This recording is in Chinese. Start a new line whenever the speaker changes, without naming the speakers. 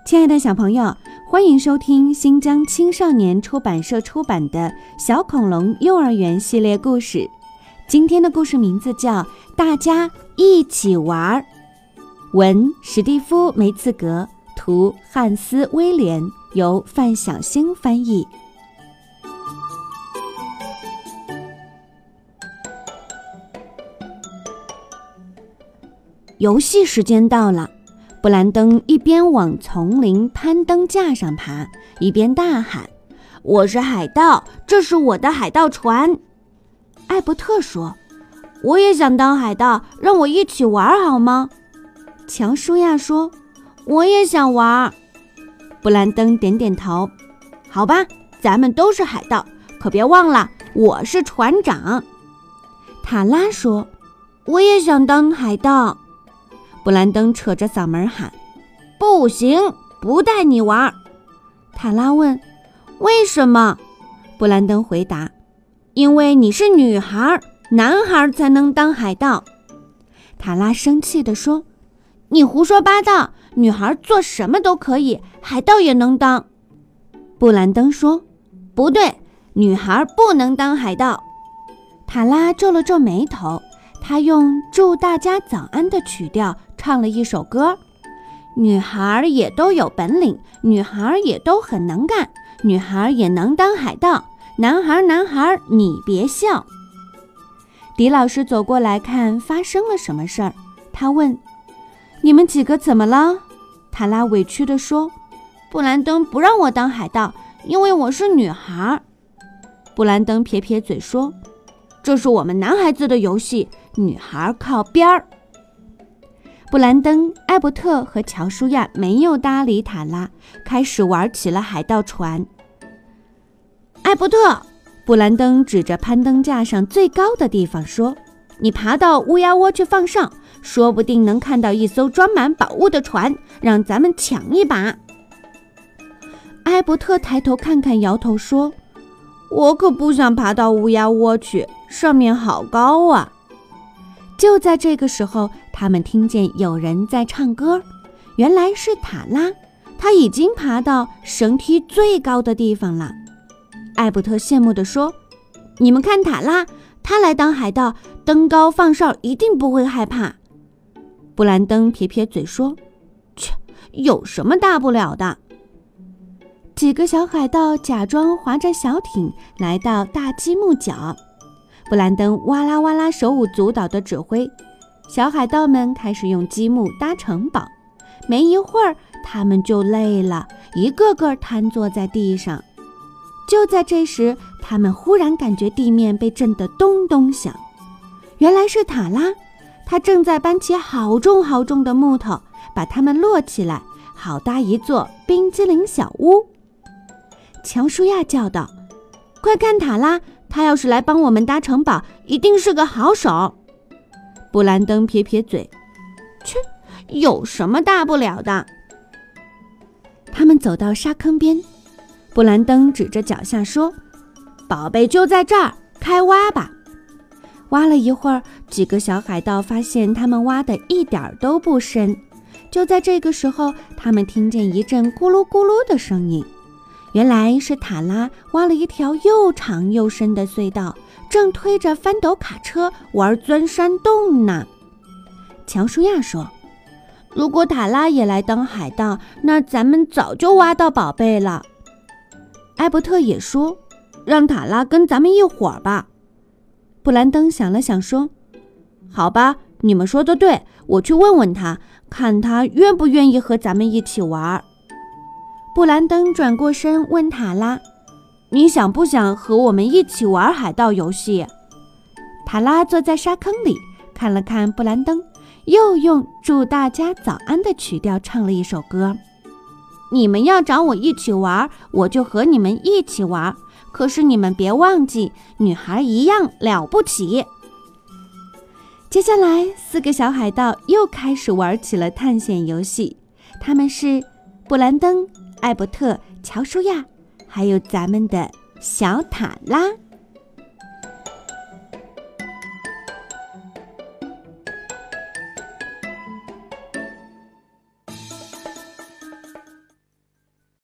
亲爱的小朋友，欢迎收听新疆青少年出版社出版的小恐龙幼儿园系列故事。今天的故事名字叫《大家一起玩》，文史蒂夫·梅茨格，图汉斯·威廉，由范晓星翻译。游戏时间到了，布兰登一边往丛林攀登架上爬，一边大喊：“我是海盗，这是我的海盗船！”艾伯特说：“我也想当海盗，让我一起玩好吗？”乔舒亚说：“我也想玩。”布兰登点点头：“好吧，咱们都是海盗，可别忘了我是船长。”塔拉说：“我也想当海盗。”布兰登扯着嗓门喊：“不行，不带你玩。”塔拉问：“为什么？”布兰登回答：“因为你是女孩，男孩才能当海盗。”塔拉生气地说：“你胡说八道，女孩做什么都可以，海盗也能当。”布兰登说：“不对，女孩不能当海盗。”塔拉皱了皱眉头，他用祝大家早安的曲调唱了一首歌：女孩也都有本领，女孩也都很能干，女孩也能当海盗，男孩你别笑。迪老师走过来看发生了什么事儿，他问：“你们几个怎么了？”塔拉委屈地说：“布兰登不让我当海盗，因为我是女孩。”布兰登撇撇嘴说：“这是我们男孩子的游戏，女孩靠边儿。”布兰登、艾伯特和乔舒亚没有搭理塔拉，开始玩起了海盗船。艾伯特，布兰登指着攀登架上最高的地方说：“你爬到乌鸦窝去放哨，说不定能看到一艘装满宝物的船，让咱们抢一把。”艾伯特抬头看看，摇头说：“我可不想爬到乌鸦窝去，上面好高啊。”就在这个时候，他们听见有人在唱歌，原来是塔拉，他已经爬到绳梯最高的地方了。艾伯特羡慕地说：“你们看塔拉，他来当海盗，登高放哨一定不会害怕。”布兰登撇撇嘴说：“切，有什么大不了的？”几个小海盗假装划着小艇来到大积木角，布兰登哇啦哇啦手舞足蹈地指挥，小海盗们开始用积木搭城堡。没一会儿，他们就累了，一个个瘫坐在地上。就在这时，他们忽然感觉地面被震得咚咚响，原来是塔拉，他正在搬起好重好重的木头，把它们摞起来，好搭一座冰激凌小屋。乔舒亚叫道：“快看塔拉，他要是来帮我们搭城堡，一定是个好手。”布兰登撇撇嘴：“切，有什么大不了的？”他们走到沙坑边，布兰登指着脚下说：“宝贝就在这儿，开挖吧。”挖了一会儿，几个小海盗发现他们挖的一点都不深。就在这个时候，他们听见一阵咕噜咕噜的声音，原来是塔拉挖了一条又长又深的隧道，正推着翻斗卡车玩钻山洞呢。乔舒亚说：“如果塔拉也来当海盗，那咱们早就挖到宝贝了。”艾伯特也说：“让塔拉跟咱们一伙儿吧。”布兰登想了想说：“好吧，你们说的对，我去问问他，看他愿不愿意和咱们一起玩。”布兰登转过身问塔拉：“你想不想和我们一起玩海盗游戏？”塔拉坐在沙坑里，看了看布兰登，又用祝大家早安的曲调唱了一首歌：“你们要找我一起玩，我就和你们一起玩，可是你们别忘记，女孩一样了不起。”接下来4个小海盗又开始玩起了探险游戏，他们是布兰登、艾伯特、乔舒亚，还有咱们的小塔拉。